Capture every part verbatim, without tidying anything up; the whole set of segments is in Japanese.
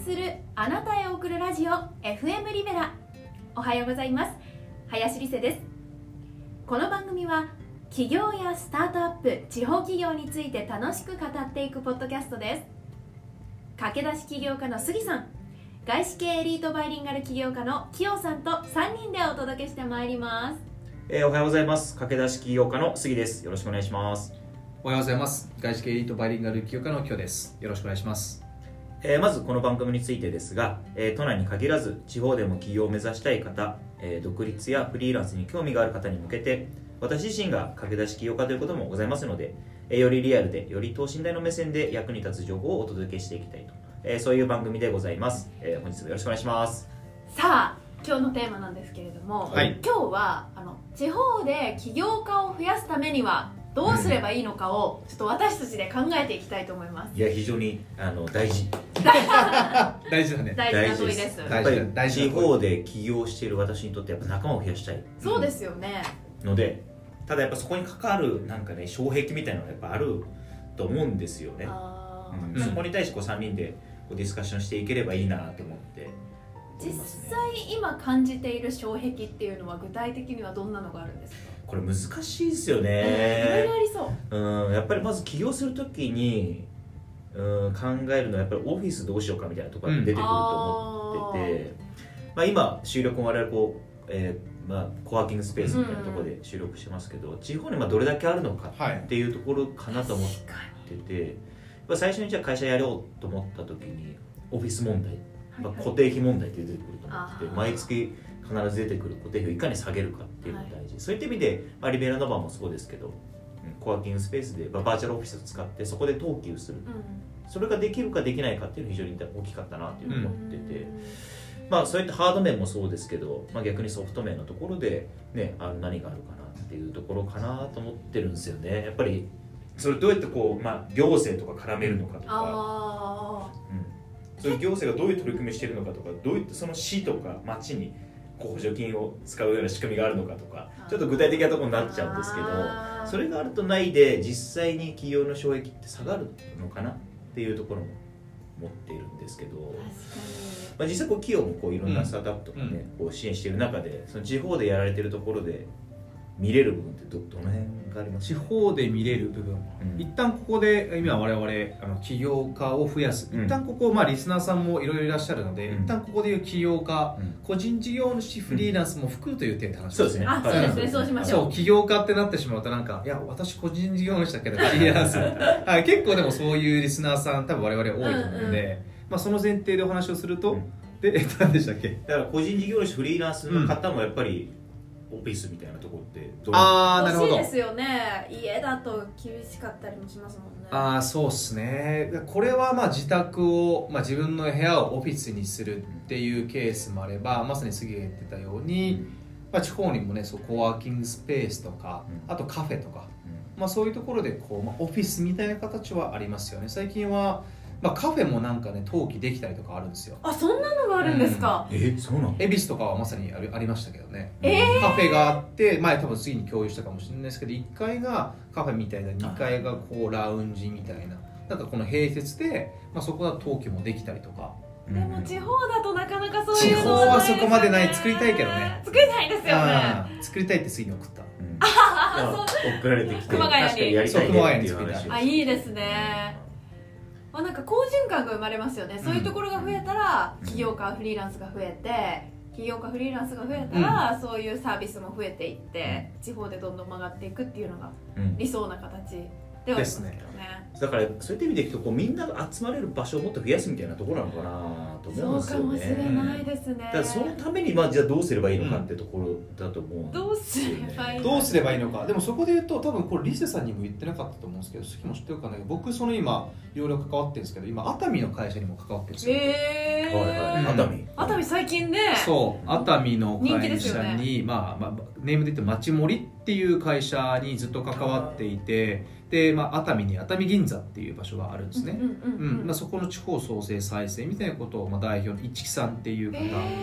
するあなたへ送るラジオ エフエム リベラ。おはようございます。林理瀬です。この番組は起業やスタートアップ、地方企業について楽しく語っていくポッドキャストです。駆け出し起業家の杉さん、外資系エリートバイリンガル起業家の清さんとさんにんでお届けしてまいります。 えー、おはようございます。駆け出し起業家の杉です。よろしくお願いします。 おはようございます。外資系エリートバイリンガル起業家の清です。よろしくお願いします。 えー、まずこの番組についてですが、えー、都内に限らず地方でも起業を目指したい方、えー、独立やフリーランスに興味がある方に向けて、私自身が駆け出し起業家ということもございますので、えー、よりリアルでより等身大の目線で役に立つ情報をお届けしていきたいと、えー、そういう番組でございます。えー、本日もよろしくお願いします。 さあ、今日のテーマなんですけれども、はい、今日はあの地方で起業家を増やすためにはどうすればいいのかをちょっと私たちで考えていきたいと思います。 いや、非常にあの大事大事だね。 大事な問いです。 やっぱり地方で起業している私にとってやっぱ仲間を増やしたい。 そうですよね。 ので、ただやっぱそこに関わるなんかね、障壁みたいなのがやっぱあると思うんですよね。うん、そこに対してこうさんにんでこうディスカッションしていければいいなと思って。 実際今感じている障壁っていうのは具体的にはどんなのがあるんですか？ これ難しいですよね。 いろいろありそう。 うん、やっぱりまず起業するときに、うん、考えるのはやっぱりオフィスどうしようかみたいなところが出てくると思ってて、うん、まあ、今収録も我々こう、えーまあ、コワーキングスペースみたいなところで収録してますけど、うん、地方にまあどれだけあるのかっていうところかなと思ってて、はい、最初にじゃあ会社やろうと思ったときにオフィス問題、まあ、固定費問題って出てくると思ってて、毎月必ず出てくる固定費をいかに下げるかっていうのが大事、はい、そういった意味で、まあ、リベラノバもそうですけど、うん、コワーキングスペースで、まあ、バーチャルオフィスを使ってそこで登記をする、うん、それができるかできないかっていうのが非常に大きかったなというふうに思ってて、うん、まあそういったハード面もそうですけど、まあ、逆にソフト面のところで、ね、あの何があるかなっていうところかなと思ってるんですよね。やっぱりそれどうやってこう、まあ、行政とか絡めるのかとか、あ、うん、そういう行政がどういう取り組みをしているのかとか、どういったその市とか町に補助金を使うような仕組みがあるのかとか、ちょっと具体的なところになっちゃうんですけど、それがあるとないで実際に企業の収益って下がるのかなっていうところも持っているんですけど、まあ、実際こう企業もこういろんなスタートアップとかね、うん、こう支援している中で、その地方でやられているところで見れる部分って ど, どの辺がありますか？ 地方で見れる部分、うん、一旦ここで今我々あの起業家を増やす、うん、一旦ここ、まあ、リスナーさんもいろいろいらっしゃるので、うん、一旦ここでいう起業家、うん、個人事業主フリーランスも含むという点で話します、ね、 そうですね。 あ、そうですね、そうしましょう。 そう、起業家ってなってしまうとなんか、いや私個人事業主だけどフリーランスはい、結構でもそういうリスナーさん多分我々多いと思うので、うんうん、まあ、その前提でお話をすると、うん、で何でしたっけ？ だから個人事業主フリーランスの方もやっぱり、うん、オフィスみたいなところってどう？ あー、なるほど。 欲しいですよね。家だと厳しかったりもしますもんね。 あー、そうですね。これはまあ自宅を、まあ、自分の部屋をオフィスにするっていうケースもあれば、まさに杉が言ってたように、うん、まあ、地方にもね、そうコワーキングスペースとか、うん、あとカフェとか、うん、まあ、そういうところでこう、まあ、オフィスみたいな形はありますよね。最近はまあ、カフェもなんかね登記できたりとかあるんですよ。 あ、そんなのがあるんですか？ うん、え、そうなの？ 恵比寿とかはまさにあり、ありましたけどね、 えー、 カフェがあって、前多分次に共有したかもしれないですけど、いっかいがカフェみたいな、にかいがこうラウンジみたいな、なんかこの併設で、まあ、そこは登記もできたりとか。 でも地方だとなかなかそういうのはないですよね。 地方はそこまでない。作りたいけどね。 作りたいですよね。 作りたいって次に送った、うん、 ああ、送られてきて熊谷に、 確かにやりたいねっていう話。 あ、いいですね。まあ、なんか好循環が生まれますよね、うん、そういうところが増えたら起業家フリーランスが増えて、起業家フリーランスが増えたら、うん、そういうサービスも増えていって、うん、地方でどんどん曲がっていくっていうのが理想な形ではありますけどね。 だからそういった意味でいくとこうみんなが集まれる場所をもっと増やすみたいなところなのかなと思うんですよね。 そうかもしれないですね。 だからそのためにまあじゃあどうすればいいのかってところだと思うんですよね。 どうすればいいのか。 どうすればいいのか。でもそこで言うと多分これリセさんにも言ってなかったと思うんですけど、次も知ってるかな。僕その今いろいろ関わってるんですけど、今熱海の会社にも関わってるんですよ。 えー、 はいはい、熱海。 熱海最近ね。 そう熱海の会社に、 ね、 まあまあネームで言って町森っていう会社にずっと関わっていて、で、まあ、熱海に熱海銀座っていう場所があるんですね。そこの地方創生再生みたいなことを、まあ、代表の市木さんっていう方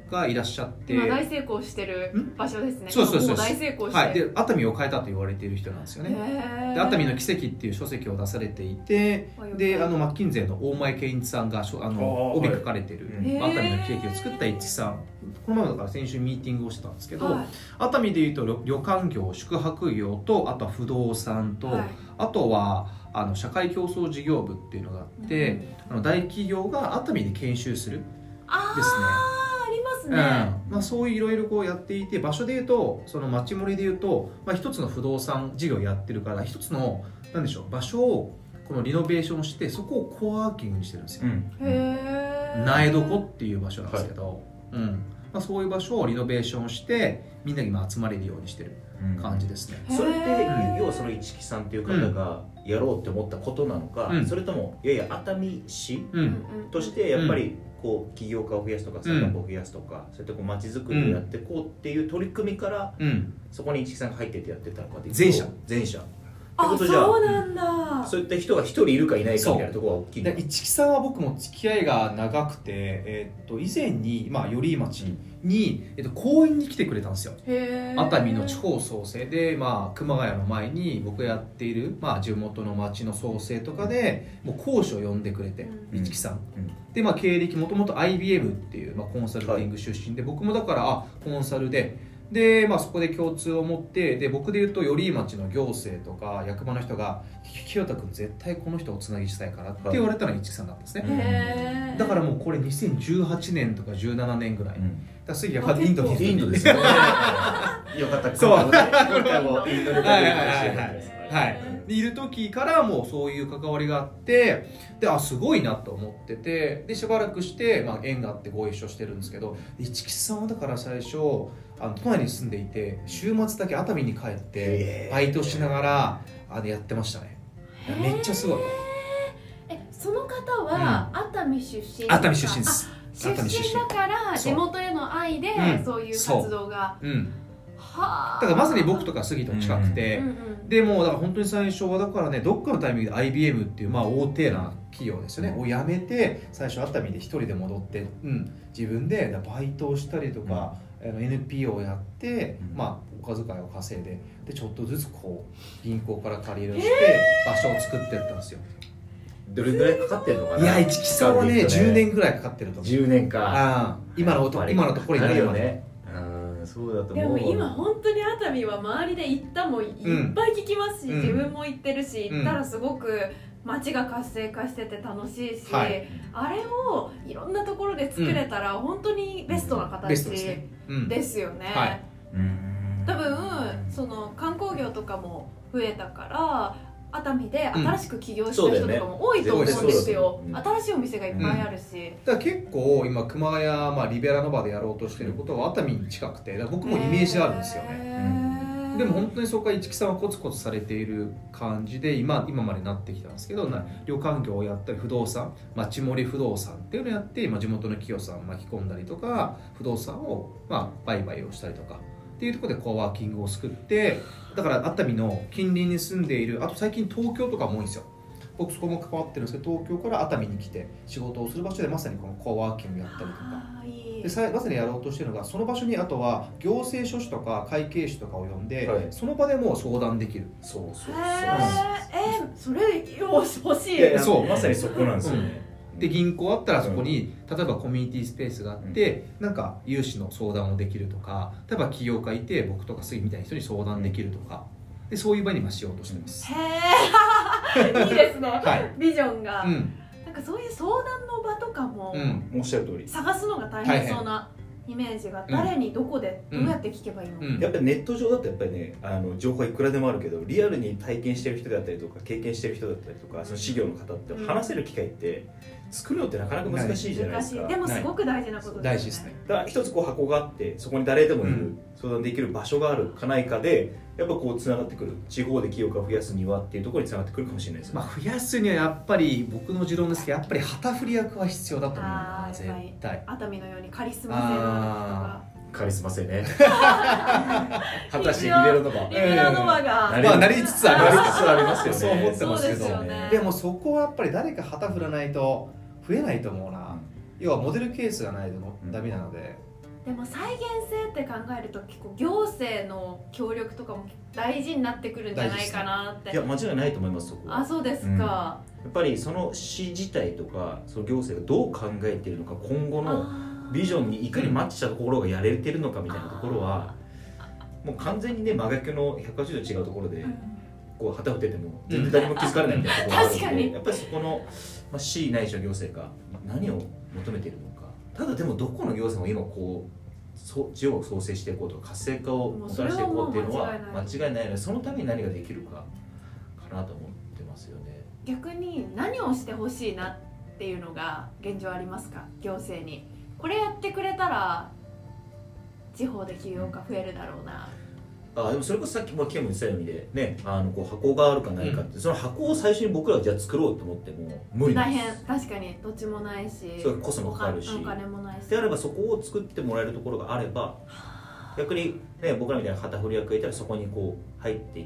がいらっしゃって、 今大成功してる場所ですね。 そうそうそう、 もう大成功して、 はい、で熱海を変えたと言われている人なんですよね。で熱海の奇跡っていう書籍を出されていて、であのマッキンゼーの大前健一さんがあの帯書かれてる、はい、熱海の奇跡を作った一さん、この前だから先週ミーティングをしてたんですけど、はい、熱海でいうと旅館業、宿泊業と、あとは不動産と、はい、あとはあの社会競争事業部っていうのがあって、うん、あの大企業が熱海で研修するですね。 あー、ありますね、 うん、まあ、そういういろいろこうやっていて、場所でいうとその町盛りでいうと、まあ、一つの不動産事業やってるから一つのなんでしょう場所をこのリノベーションしてそこをコワーキングにしてるんですよ、うん、へー、苗床っていう場所なんですけど、はい、うん、まあ、そういう場所をリノベーションしてみんなに今集まれるようにしてる感じですね、 うん、それって要はその市木さんっていう方がやろうって思ったことなのか、うん、それともいやいや熱海市としてやっぱりこう起業家を増やすとかスタートアップを増やすとか、うん、そういったこう街づくりをやっていこうっていう取り組みから、うん、そこに市木さんが入っててやってたのかっていうと前者前者あ、そうなんだ。 そういった人が一人いるかいないかみたいなところが大きい。 で市木さんは僕も付き合いが長くて、えー、っと以前に、まあ、寄居町に、えっと、講演に来てくれたんですよ。熱海の地方創生で、まあ、熊谷の前に僕がやっている、まあ、地元の町の創生とかでもう講師を呼んでくれて、うん、市木さん、うん、で、まあ、経歴もともと アイビーエム っていう、まあ、コンサルティング出身で、はい、僕もだからあコンサルでで、まあ、そこで共通を持ってで僕でいうと寄居町の行政とか役場の人が清田君絶対この人をつなぎしたいからって言われたのが市木さんだったんですね、だからもうこれにせんじゅうはちねんとかじゅうななねんぐらい、うん、だ次はインドにインドですよねよかったそう今回もインドでいる時からもうそういう関わりがあってであすごいなと思っててでしばらくして、まあ、縁があってご一緒してるんですけど市木さんはだから最初あの都内に住んでいて週末だけ熱海に帰ってバイトしながらあれやってましたね。めっちゃすごい。 えその方は熱海出身、 熱海出身です。 出身だから地元への愛でそういう活動が、うんうん、はあ、 だからまさに僕とか杉と近くて、うんうんうん、でもうだから本当に最初はだからねどっかのタイミングで アイビーエム っていうまあ大手な企業ですよね、うん、を辞めて最初熱海で一人で戻って、うん、自分でバイトをしたりとか、うん、エヌピーオー をやって、うん、まあお小遣いを稼いででちょっとずつこう銀行から借り入れをして場所を作っていったんですよ。 どれぐらいかかってるのかな。 いや市木さんはねじゅうねんぐらいかかってると思う。 じゅうねんか。 あ今のと今のところになるよね。 うんそうだと思う。 でも今本当に熱海は周りで行ったもいっぱい聞きますし、うん、自分も行ってるし、行ったらすごく街が活性化してて楽しいし、はい、あれをいろんなところで作れたら本当にベストな形ですよね。多分その観光業とかも増えたから熱海で新しく起業した人とかも多いと思うんですよ、うん、新しいお店がいっぱいあるし、 うん、だから結構今熊谷、まあ、リベラノバでやろうとしてることは熱海に近くて僕もイメージあるんですよね、うん、でも本当にそこは市木さんはコツコツされている感じで 今, 今までなってきたんですけど、うん、旅館業をやったり不動産町盛り不動産っていうのをやって、まあ、地元の企業さんを巻き込んだりとか不動産を、まあ、売買をしたりとかっていうところでコワーキングを作ってだから熱海の近隣に住んでいるあと最近東京とかも多いんですよ。僕そこも関わってるんですけど東京から熱海に来て仕事をする場所でまさにこのコワーキングやったりとかいいでさまさにやろうとしてるのがその場所にあとは行政書士とか会計士とかを呼んで、はい、その場でもう相談できる。 そうそうそうえー、それ欲しい。 いやいやそうまさにそこなんですよね、うんで銀行あったらそこに、うん、例えばコミュニティスペースがあって、うん、なんか融資の相談をできるとか例えば起業家いて僕とか杉みたいな人に相談できるとかでそういう場に今しようとしてます。 へーいいですね、はい、ビジョンが、うん、なんかそういう相談の場とかも、うん、 おっしゃる通り探すのが大変そうなイメージが誰にどこでどうやって聞けばいいの、うんうん、 やっぱりネット上だとやっぱりねあの情報はいくらでもあるけどリアルに体験してる人だったりとか経験してる人だったりとかその事業の方って話せる機会って作るのってなかなか難しいじゃないですか。 でもすごく大事なことですね。 大事ですね。 だから一つこう箱があってそこに誰でもいる、うん、相談できる場所があるかないかでやっぱこうつながってくる地方で企業家を増やすにはっていうところにつながってくるかもしれないですね、 まあ、増やすにはやっぱり僕の持論ですけどやっぱり旗振り役は必要だと思うな絶対。 熱海のようにカリスマ性の人がカリスマ性ね果たしてリベロノバリベロノバが、 まあ、なりつつありますよね。 そう思ってますけどそうですよね。 でもそこはやっぱり誰か旗振らないと増えないと思うな。要はモデルケースがないとダメなので、 でも再現性って考えると結構行政の協力とかも大事になってくるんじゃないかなって。 いや間違いないと思いますそこは。 あ、そうですか、 うん、やっぱりその市自体とかその行政がどう考えているのか、今後のビジョンにいかにマッチしたところがやれてるのかみたいなところはもう完全にね真逆のひゃくはちじゅうど違うところで、うん、こう旗振ってても全然誰も気づかれないみたいなところがあるので、やっぱりそこの、まあ、市ないしは行政が何を求めているのか。ただでもどこの行政も今こう地方を創生していこうとか活性化をもたらしていこうっていうのは間違いないので、そのために何ができるかかなと思ってますよね。 逆に何をしてほしいなっていうのが現状ありますか？行政にこれやってくれたら地方で起業家増えるだろうな。 あ、でもそれこそさっきもキム言ってたようにで、ね、あのこう箱があるかないかって、うん、その箱を最初に僕らがじゃあ作ろうと思っても無理です。 大変、確かに土地もないし、 それコストもかかるし、 お金もないし。 であればそこを作ってもらえるところがあれば、逆に、ね、僕らみたいな旗振り役がいたらそこにこう入っていって、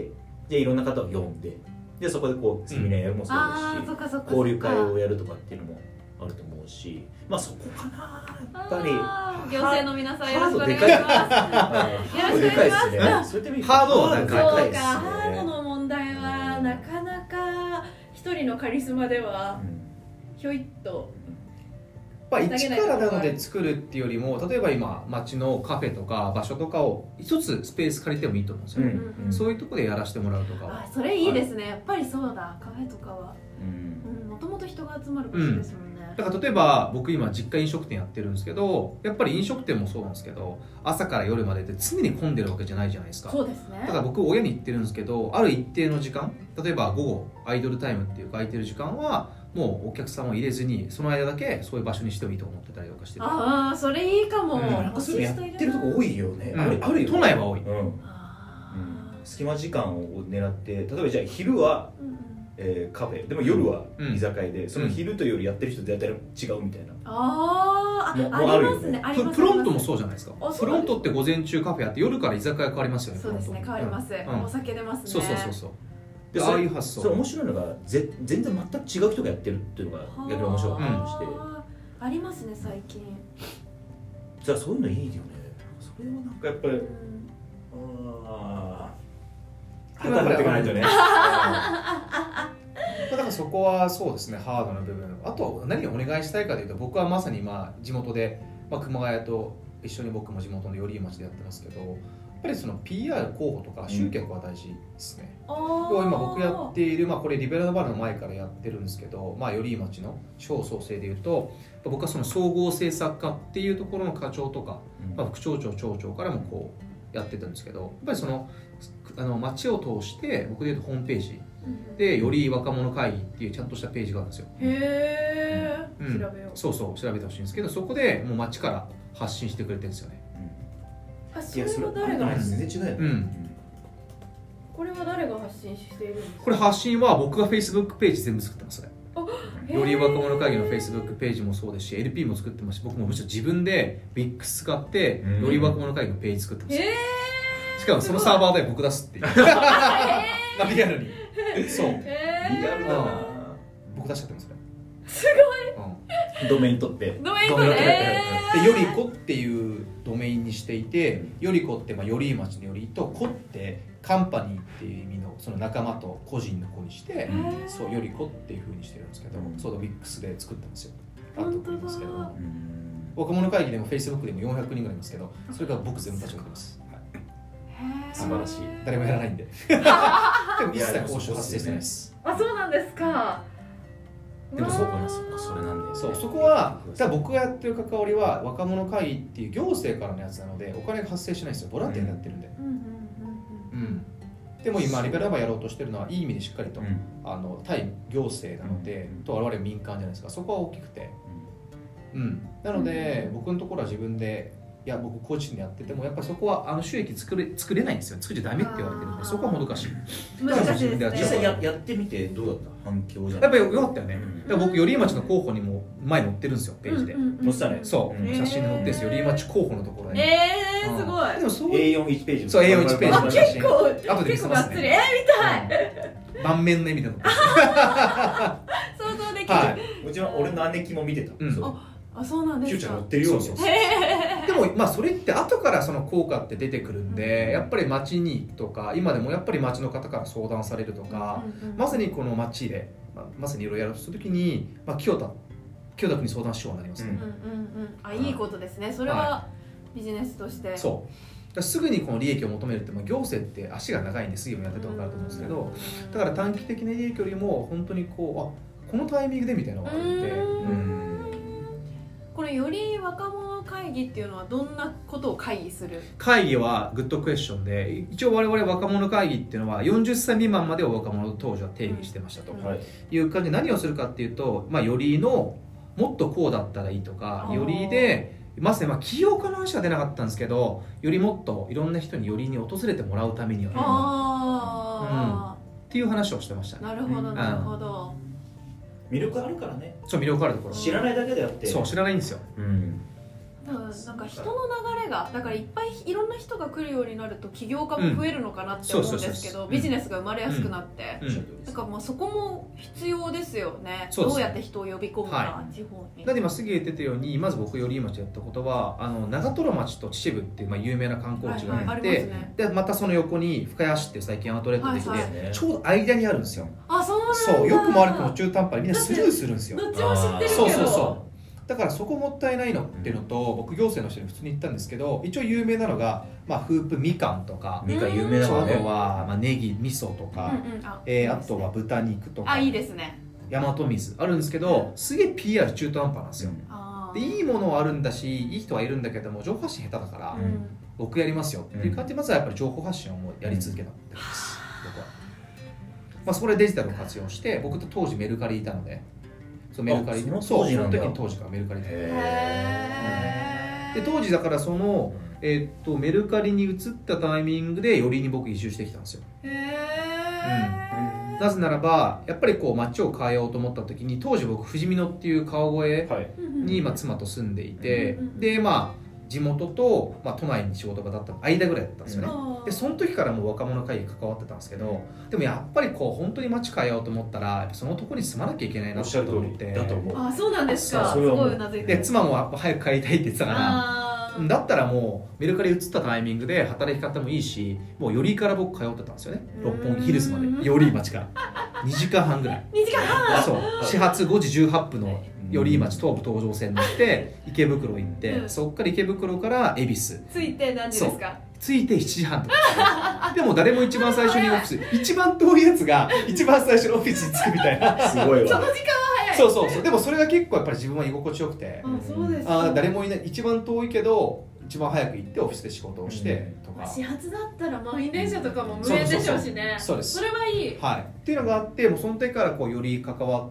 でいろんな方を呼んで、でそこでこうセミナーやるもそうですし、うん、交流会をやるとかっていうのもあると思うし、まあそこかなやっぱり。 行政の皆さんよろしくお願いします。よろしくお願いします。 そういった意味ハードは高いですね。ハードの問題はなかなか一人のカリスマではひょいっと。 まあ一からなので作るっていうよりも、例えば今街のカフェとか場所とかを一つスペース借りてもいいと思うんですよね。うんうん、そういうところでやらせてもらうとかは。 あ、それいいですね。やっぱりそうだ。カフェとかは。もともと人が集まる場所ですもんね。うん、 だから例えば僕今実家飲食店やってるんですけど、やっぱり飲食店もそうなんですけど、朝から夜までって常に混んでるわけじゃないじゃないですか。 そうですね。 だから僕親に言ってるんですけど、ある一定の時間、例えば午後アイドルタイムっていうか空いてる時間はもうお客さんを入れずにその間だけそういう場所にしてもいいと思ってたりとかしてる。 ああ、それいいかも。うん、 なんかそういうのやってるとこ多いよね。うん、ある、あるよね。 都内は多い。 うん、隙間時間を狙って、例えばじゃあ昼は、うんえー、カフェでも夜は居酒屋で、うん、その昼と夜やってる人とやったら違うみたいな。 あーあ、ありますね。 プ, プロントもそうじゃないですか。プロントって午前中カフェやって夜から居酒屋変わりますよね。 そうですね、変わります、うん、お酒出ますね。 そうそうそうそう。 でああいう発想、それ面白いのがぜ全然全く違う人がやってるっていうのが逆に面白かったりして、 うん、ありますね最近。 じゃあそういうのいいよね。それをなんかやっぱり、うん、ああ旗振っていかないとね。 だからそこはそうですね、ハードな部分。あと何をお願いしたいかというと、僕はまさに今地元で、まあ、熊谷と一緒に僕も地元の寄居町でやってますけど、やっぱりその ピーアール 候補とか集客は大事ですね。うん、今僕やっている、まあ、これリベラルバルの前からやってるんですけど、まあ、寄居町の地方創生でいうと、僕はその総合政策課っていうところの課長とか、うんまあ、副町長町長からもこうやってたんですけど、やっぱりそのあの町を通して僕でいうとホームページでより若者会議っていうちゃんとしたページがあるんですよ。 へー、うん、調べよう。 そうそう調べてほしいんですけど、そこでもう町から発信してくれてるんですよね。 うん、あ、それは誰が発信？ 全然違うよね。うん、 これは誰が発信しているんですか？ これ発信は僕が Facebook ページ全部作ってますね。より若者会議の Facebook ページもそうですし エルピー も作ってますし、僕もむしろ自分で ビックス 使ってより若者会議のページ作ってます。しかもそのサーバーで僕出すっていう。まあリアルに。そう。 リアルだな。 僕出しちゃってますね。 すごい。 うん、ドメイン取って。 ドメイン取って。 で、よりこっていうドメインにしていて、よりこってまあより町のよりとこってカンパニーっていう意味のその仲間と個人の子にして、そうよりこっていう風にしてるんですけど、そうだ ビックス で作ってますよ。 本当だ。 若者会議でも Facebook でもよんひゃくにんぐらいいますけど、それから僕全部立ち上げてます。 素晴らしい。 誰もやらないんで。でも一切報酬発生してないです。 あ、そうなんですか。 でもそうかな、そっか、それなんで。 そう、そこは、じゃあ僕がやってる関わりは若者会議っていう行政からのやつなので、お金が発生しないですよ。ボランティアでやってるんで。うん。でも今リベラルバーやろうとしてるのはいい意味でしっかりと、うん、あの対行政なので、うん、と我々民間じゃないですか。そこは大きくて。うん。なので、僕のところは自分で。いや僕個人でやっててもやっぱりそこはあの収益作れ作れないんですよ。作っちゃダメって言われてるんで、そこはもどかしい。 難しいですね。 実際 や, やってみてどうだった？反響じゃやっぱりよかったよね。うん、僕寄居町の候補にも前載ってるんですよ、ページで。 載ってたね。 そう、うん、写真で載ってるんですよ。寄居町候補のところに。 えー、すごい。 でもそうエーよんいち ページ。 そう エーよんいち ページの写真。 結構後で見せますね。 えー、見たい。 うん、盤面の絵みたいな。 想像できる。 はい。もちろん俺の姉貴も見てた。 うん、そう。 あ、そうなんですか。 フューチャー乗ってるように。 そうそうそうでもまあそれって後からその効果って出てくるんで、やっぱり街に行くとか、今でもやっぱり街の方から相談されるとか、 うんうん、 まさにこの街で、まあ、まさにいろいろやろうとするときに、まあ、清田清田君に相談しようになりますね、 うんうんうん、あ、いいことですね。それはビジネスとして、 そうだからすぐにこの利益を求めるって、まあ、行政って足が長いんで、すぐもやってて分かると思うんですけど、だから短期的な利益よりも本当にこう、あ、このタイミングでみたいなのがあるんで、 うんうんこれより若者会議っていうのはどんなことを会議する？ 会議はグッドクエスチョンで、一応我々若者会議っていうのはよんじゅっさい未満までを若者と当時は定義してましたと、 うんはい、 いう感じで、何をするかっていうと、まあ、よりのもっとこうだったらいいとか、 あーよりでまずね、まあ、起業家の話は出なかったんですけど、よりもっといろんな人によりに訪れてもらうためには、ね、 あっていう話をしてましたあ、 ね。 なるほどなるほど。 魅力あるからね。 そう、魅力あるところ、 知らないだけであって。 そう、知らないんですよ。 うんだからなんか人の流れが、だからいっぱいいろんな人が来るようになると起業家も増えるのかなって思うんですけど、ビジネスが生まれやすくなって、 うんなんかまあそこも必要ですよね。 そうですどうやって人を呼び込むか、 は地方に。 だって今杉言ってたように、まず僕より町やったことは、あの長瀞町と秩父っていうまあ有名な観光地があって、 はいはいありますね。 でまたその横に深谷市って最近アウトレットできて、 はいはいちょうど間にあるんですよ。 あ、そうなんだ。 そう、よくも悪くも中途半端にみんなスルーするんですよ。 どっちも知ってるけど。 そうそうそうだからそこもったいないのっていうのと、僕行政の人に普通に言ったんですけど、一応有名なのが、まあ、フープみかんとか、 みかん有名だそうあともんね。 は、まあ、ネギ味噌とか、 うんうん、あえーあとは豚肉とか、 あ、いいですね。 大和水あるんですけど、すげえ ピーアール 中途半端なんですよ。 あでいいものはあるんだし、いい人はいるんだけども、情報発信下手だから、 うん僕やりますよっていう感じで、まずはやっぱり情報発信をもうやり続けたってことです、僕は。まあ、そこでデジタルを活用して、僕と当時メルカリいたので、そうメルカリあそのそうその当時なんだ時に当時からメルカリで。 へーで当時だからその、えーっとメルカリに移ったタイミングでよりに僕移住してきたんですよ。 へーなぜならばやっぱりこう街を変えようと思った時に、当時僕富士見野っていう川越はい。 にまあ妻と住んでいて、 うんうんうんでまあ地元と、まあ、都内に仕事がだった間ぐらいだったんですよね。 あーでその時からもう若者会議関わってたんですけど、でもやっぱりこう本当に街変えようと思ったらやっぱそのところに住まなきゃいけないなおっしゃる通りと思って、 だと思う。 あ、そうなんですか。すそうそれはもうごいうなずいてる。 で妻もやっぱ早く帰りたいって言ってたから、 あーだったらもうメルカリ移ったタイミングで働き方もいいし、もう寄居から僕通ってたんですよね。六本木ヒルズまでうん寄居町からにじかんはんぐらいにじかんはん。 そう始発ごじじゅうはっぷんの寄居町東武東上線乗って池袋行って、 うんそっから池袋から恵比寿ついて何時ですか？ 着いてしちじはんとかでも誰も一番最初にオフィス一番遠いやつが一番最初のオフィスに着くみたいなすごいわ。 その時間は早い。 そうそうそうでもそれが結構やっぱり自分は居心地よくて、 あ、そうですか。 あー誰もいない一番遠いけど一番早く行ってオフィスで仕事をしてとか、 始発だったら満員電車とかも無縁でしょうしね。 そうですそれはいい。 はい、っていうのがあって、もうその時からこうより関わって、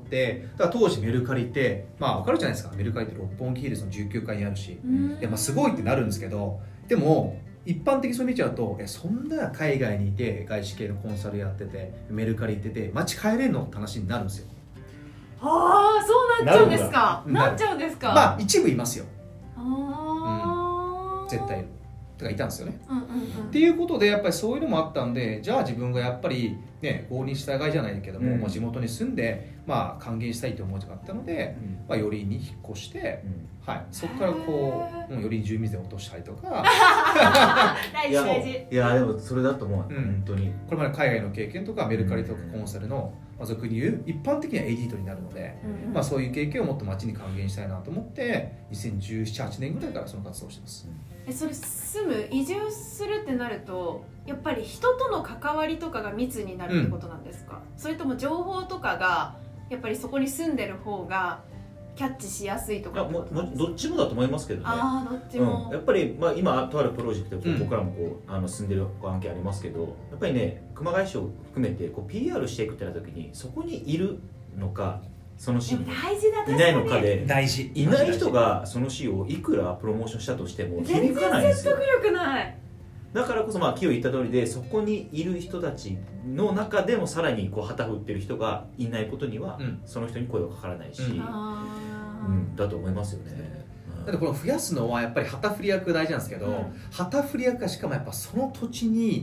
だから当時メルカリってまあ分かるじゃないですか。メルカリって六本木ヒルズのじゅうきゅうかいにあるし、 うんでまあ、すごいってなるんですけど、でも一般的にそれ見ちゃうと、えそんな海外にいて外資系のコンサルやっててメルカリ行ってて街帰れんのって話になるんですよ。 ああ、そうなっちゃうんですか。 なるんだなっちゃうんですか。 まあ一部いますよ、 ああ、 絶対いるとかいたんですよね。 うんうんうん。 っていうことでやっぱりそういうのもあったんで、じゃあ自分がやっぱりね合に従いじゃないけども、 うんもう地元に住んでまあ還元したいという思いがあったので、まあ、よりに引っ越して、はい、そこからこうもうより住民税を落としたりとか大いや事大事。 いやでもそれだと思う、 うん本当に。 これまで海外の経験とかメルカリとかコンサルの、まあ、俗に言う一般的にはエリートになるので、 うんうんまあ、そういう経験をもっと街に還元したいなと思ってにせんじゅうなな、はちねんぐらいからその活動をしてます。 え、それ住む移住するってなるとやっぱり人との関わりとかが密になるってことなんですか、それとも情報とかがやっぱりそこに住んでる方がキャッチしやすいといやかってももことなんですか？ どっちもだと思いますけどね。 ああ、どっちも、 うん、やっぱり、まあ、今とあるプロジェクトでうん僕らもこう、あの進んでる案件ありますけど、やっぱりね熊谷市を含めてこう ピーアール していくってなった時にそこにいるのかその市でもに大事だ、確かにいないのかで大事いない人がその市をいくらプロモーションしたとしても全然響かないんですよ。 説得力ない。 だからこそまあキヨ言った通りでそこにいる人たちの中でもさらにこう旗振ってる人がいないことには、 うんその人に声はかからないし、 うんあーうんだと思いますよね。 だってこの増やすのはやっぱり旗振り役大事なんですけど、 うん旗振り役がしかもやっぱその土地に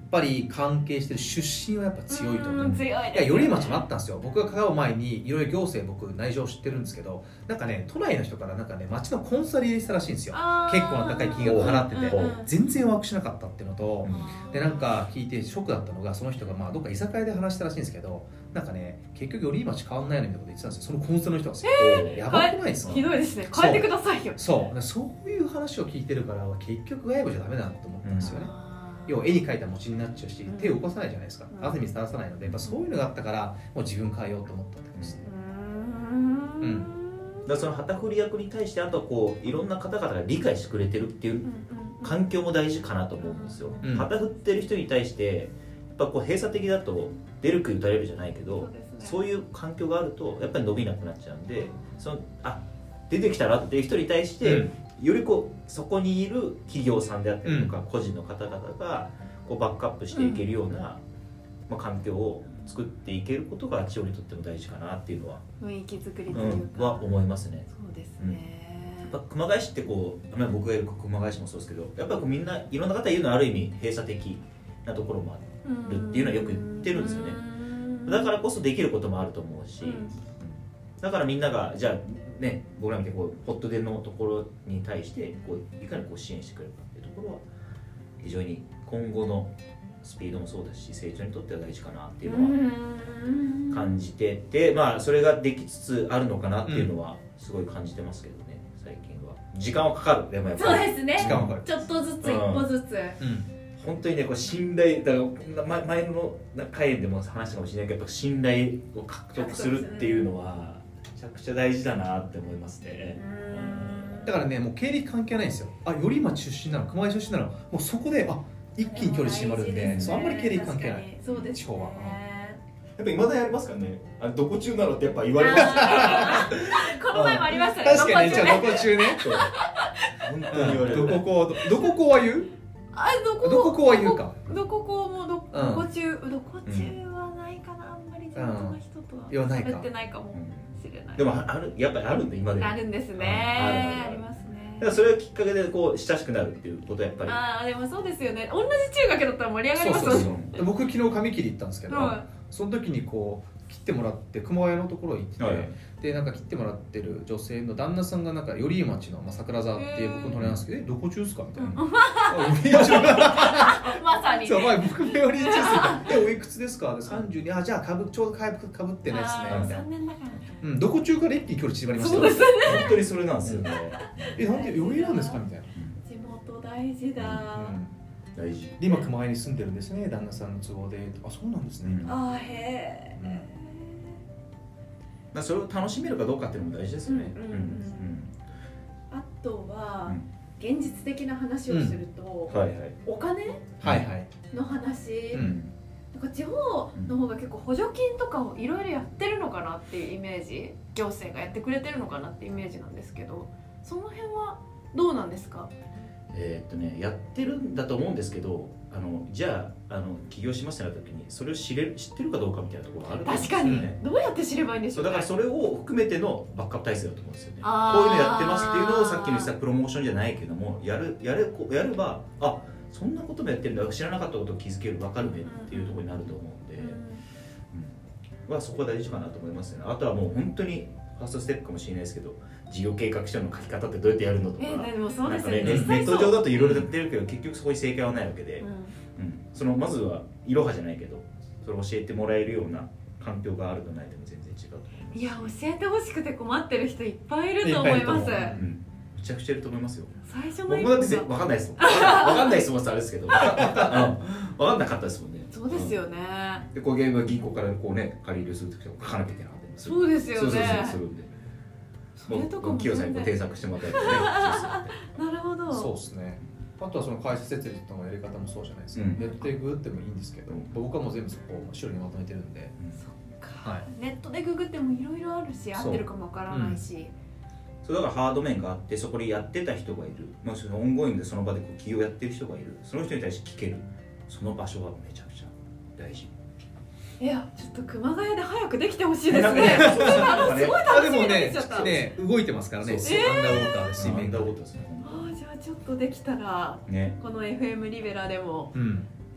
ぱり関係してる出身はやっぱ強いと思う。 うん強いですよね。 いや寄居町もあったんですよ。僕が関わる前にいろいろ行政僕内情知ってるんですけど、なんかね都内の人からなんかね町のコンサル入れしたらしいんですよ。 あー結構な高い金額払ってて、 うんうんうん全然ワークしなかったっていうのと、 うんでなんか聞いてショックだったのが、その人がまあどっか居酒屋で話したらしいんですけど、なんかね結局寄居町変わんないのみたいなこと言ってたんですよ。そのコンサルの人がですよ、やばくないですか。 ひどいですね。変えてくださいよ。 そうそういう話を聞いてるから結局外部じゃダメだなと思ったんですよね。要は絵に描いた餅になっちゃうし、 うん手を動かさないじゃないですか、 うん汗水垂らさないので、やっぱそういうのがあったからもう自分変えようと思ったってことですね。 うーんうんだからその旗振り役に対してあとはこういろんな方々が理解してくれてるっていううんうん環境も大事かなと思うんですよ、 うん旗振ってる人に対してやっぱこう閉鎖的だと出る杭打たれるじゃないけどそうですねそういう環境があるとやっぱり伸びなくなっちゃうんで、そのあ出てきたらっていう人に対して、 うんよりこうそこにいる企業さんであったりとか、 うん個人の方々がこうバックアップしていけるような、まあ、環境を作っていけることが地方にとっても大事かなっていうのは、 雰囲気作りとういうん、 か、 は思いますね。 そうですね、 やっぱ熊谷市ってこう、まあ、僕がいる熊谷市もそうですけど、やっぱりこうみんないろんな方言うのはある意味閉鎖的なところもあるっていうのはよく言ってるんですよね。だからこそできることもあると思うし、 うんうんだからみんながじゃあね僕らみたいにこうホットでのところに対してこういかにこう支援してくれるかっていうところは非常に今後のスピードもそうだし成長にとっては大事かなっていうのは感じてて、まあそれができつつあるのかなっていうのはすごい感じてますけどね、最近は時間はかかる。でもやっぱりそうですね。 時間はかかる。 ちょっとずつ一歩ずつ、 うん本当にねこう信頼だからま前の回でも話したかもしれないけどやっぱ信頼を獲得するっていうのはめちゃくちゃ大事だなって思いますね。 だからねもう経歴関係ないんですよ。あ寄居町出身なの熊谷出身なの、もうそこであ一気に距離縮まるんで、 大事すねそうあんまり経歴関係ない。 確かにそうですね。 地方はやっぱいまだにありますからね。あどこ中なのってやっぱ言われます。 あーこの前もありましたね。 確かにじゃあどこ中ね。 そう本当に言われる。 どここどここは言う？ あどこどここは言うか。 どここもどうんどこ中どこ中はないかな、あんまり地元の人とは言わないか喋ってないかもしれない。 でもあるやっぱりあるんで今でも。 あるんですね。 あるあるあるありますねだからそれがきっかけでこう親しくなるっていうことはやっぱり。 ああでもそうですよね。同じ中学だったら盛り上がりますよね。 そうそうそう。僕昨日髪切り行ったんですけど、 はその時にこう切ってもらって熊谷のところ行ってて、 はいでなんか切ってもらってる女性の旦那さんがなんか寄居町の、まあ、桜沢っていう僕の隣なんですけど、えどこ中ですかみたいな。あ寄居町まさに。 そう前僕も寄居町ですか。えおいくつですか？さんじゅうに。あじゃあかぶちょうどかぶかぶってないですねあーみたいな。 三年だから。 うんどこ中から一気に距離縮まりましたよ。 そうです本当にそれなんですよね。 えなんで寄居なんですかみたいな。 地元大事だ。 うん大事。 で今熊谷に住んでるんですね旦那さんの都合で。あそうなんですね。 うんあーへえ。 まあそれを楽しめるかどうかっていうのも大事ですよね。 うんうんうんあとはうん現実的な話をすると、 はいはい。 お金はいはい。 の話、 うんなんか地方の方が結構補助金とかをいろいろやってるのかなっていうイメージ、行政がやってくれてるのかなっていうイメージなんですけど、その辺はどうなんですか？ えーっとねやってるんだと思うんですけど、あのじゃああの起業しますってなった時にそれを知れる知ってるかどうかみたいなところがあると思うんです確かに、 よね。 どうやって知ればいいんでしょね。 そううだからそれを含めてのバックアップ体制だと思うんですよね。こうあーいうのやってますっていうのをさっきの言ってたプロモーションじゃないけどもやるやるこうやればあそんなこともやってるんだ知らなかったことを気づける分かるねっていうところになると思うんで、 うんうん、はそこは大事かなと思いますね。あとはもう本当にファーストステップかもしれないですけど事業計画書の書き方ってどうやってやるのとか、 えー、でもそうですよね。 なんかねネ実際そうネット上だといろいろやってるけど結局そこに正解はないわけで、 うんうん、そのまずはいろはじゃないけどそれを教えてもらえるような環境があるとないでも全然違うと思います。 いや教えてほしくて困ってる人いっぱいいると思います。 いっぱいいると思ううんめちゃくちゃいると思いますよ。 最初の僕もだって一歩が分かんないですもん。分かんない質問ってあれですけど、分かんなかったですもんね。 そうですよね。 うん。で、こうゲームは銀行からこうね、借り入れするときは書かなきゃいけなかったりする。 そうですよね。 そうそうそうするんで。 それとかも企業さんにこう添削してもらったりとかね。 なるほど。 そうですね。あとはその会社設立のやり方もそうじゃないですか。 うんネットでググってもいいんですけど、 うん僕はもう全部そこを資料にまとめてるんで。 そっか、 はいネットでググってもいろいろあるし、合ってるかもわからないし、 そうだからハード面があってそこでやってた人がいる、もしくはオンゴインでその場でこう企業やってる人がいる、その人に対して聞ける、その場所はめちゃくちゃ大事。 いやちょっと熊谷で早くできてほしいですなんかね。 ねそうそうなんかねすごいあ楽しみになっでもねちゃった。 ね動いてますからね。 そうアンダーウォーターで水アン面が。 ダーウォーターですね。 あーじゃあちょっとできたらね。 この エフエム リベラでもうん。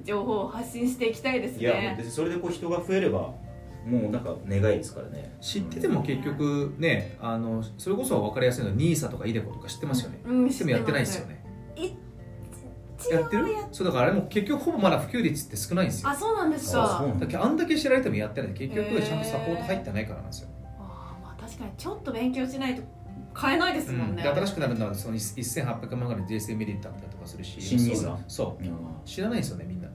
情報を発信していきたいですね。 いや別にそれでこう人が増えればもうなんか願いですからね。 知ってても結局ね、あのそれこそ分かりやすいのは ニーサ とかイデコとか知ってますよね、 うん、 でもやってないですよね。 ややってる？そうだからあれも結局ほぼまだ普及率って少ないんですよ。 あ、そうなんですあか。 そうなんだからあんだけ知られてもやってないんで結局ちゃんとサポート入ってないからなんですよ。 あー、まあ確かにちょっと勉強しないと買えないですもんね。 うん、で新しくなるのはそのせんはっぴゃくまんぐらいの税制メリットあったりとかするし、 新ニーサそううん知らないですよねみんな。 うん、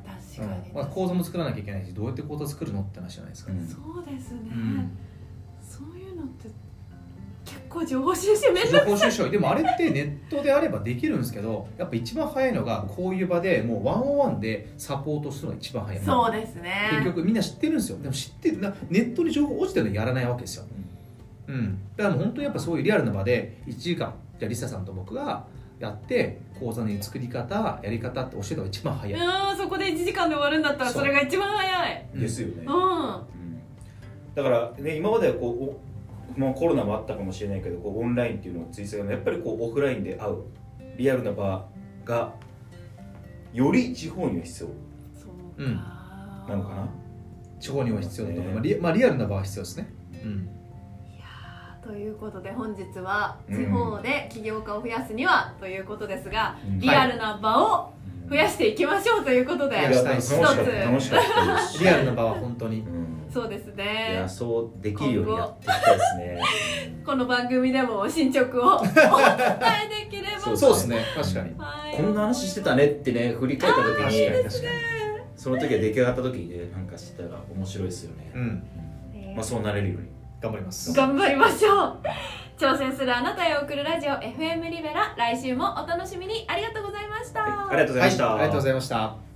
確かに、 うんまあ、口座も作らなきゃいけないしどうやって口座作るのって話じゃないですか、 うんそうですね、 うんそういうのって結構情報収集めん情どくさい。 報収集でもあれってネットであればできるんですけど、やっぱ一番早いのがこういう場でもうワンオンワンでサポートするのが一番早い。 そうですね。 結局みんな知ってるんですよ。でも知ってなネットに情報落ちてるのやらないわけですよ。うん、だからもう本当にやっぱそういうリアルな場でいちじかんじゃあリサさんと僕がやって講座の作り方やり方って教えたのが一番早い。 うん、そこでいちじかんで終わるんだったらそれが一番早い。 ですよね。 うん、 うんだからね今まではこうおもうコロナもあったかもしれないけどこうオンラインっていうのをついてたけどやっぱりこうオフラインで会うリアルな場がより地方には必要そううんか、 なのかな。 地方には必要だと思う、 ねまあリまあ、リアルな場は必要ですね。うんいやーということで本日は地方で起業家を増やすにはということですが、 うんリアルな場を増やしていきましょうということで、 いやいや楽しかった楽しかったですしリアルな場は本当にうんそうですいねや。そうできるようにやっていきたいですね。 この番組でも進捗をお伝えできればそうそうですね確かにはいこんな話してたねってね振り返った時確かにに確かその時は出来上がった時にねなんかしてたら面白いですよね。 にうんえーまあそうなれるように頑張ります頑張りましょう。挑戦するあなたへ送るラジオ エフエム リベラ、来週もお楽しみに。ありがとうございました。 ありがとうございました。 はい、ありがとうございました。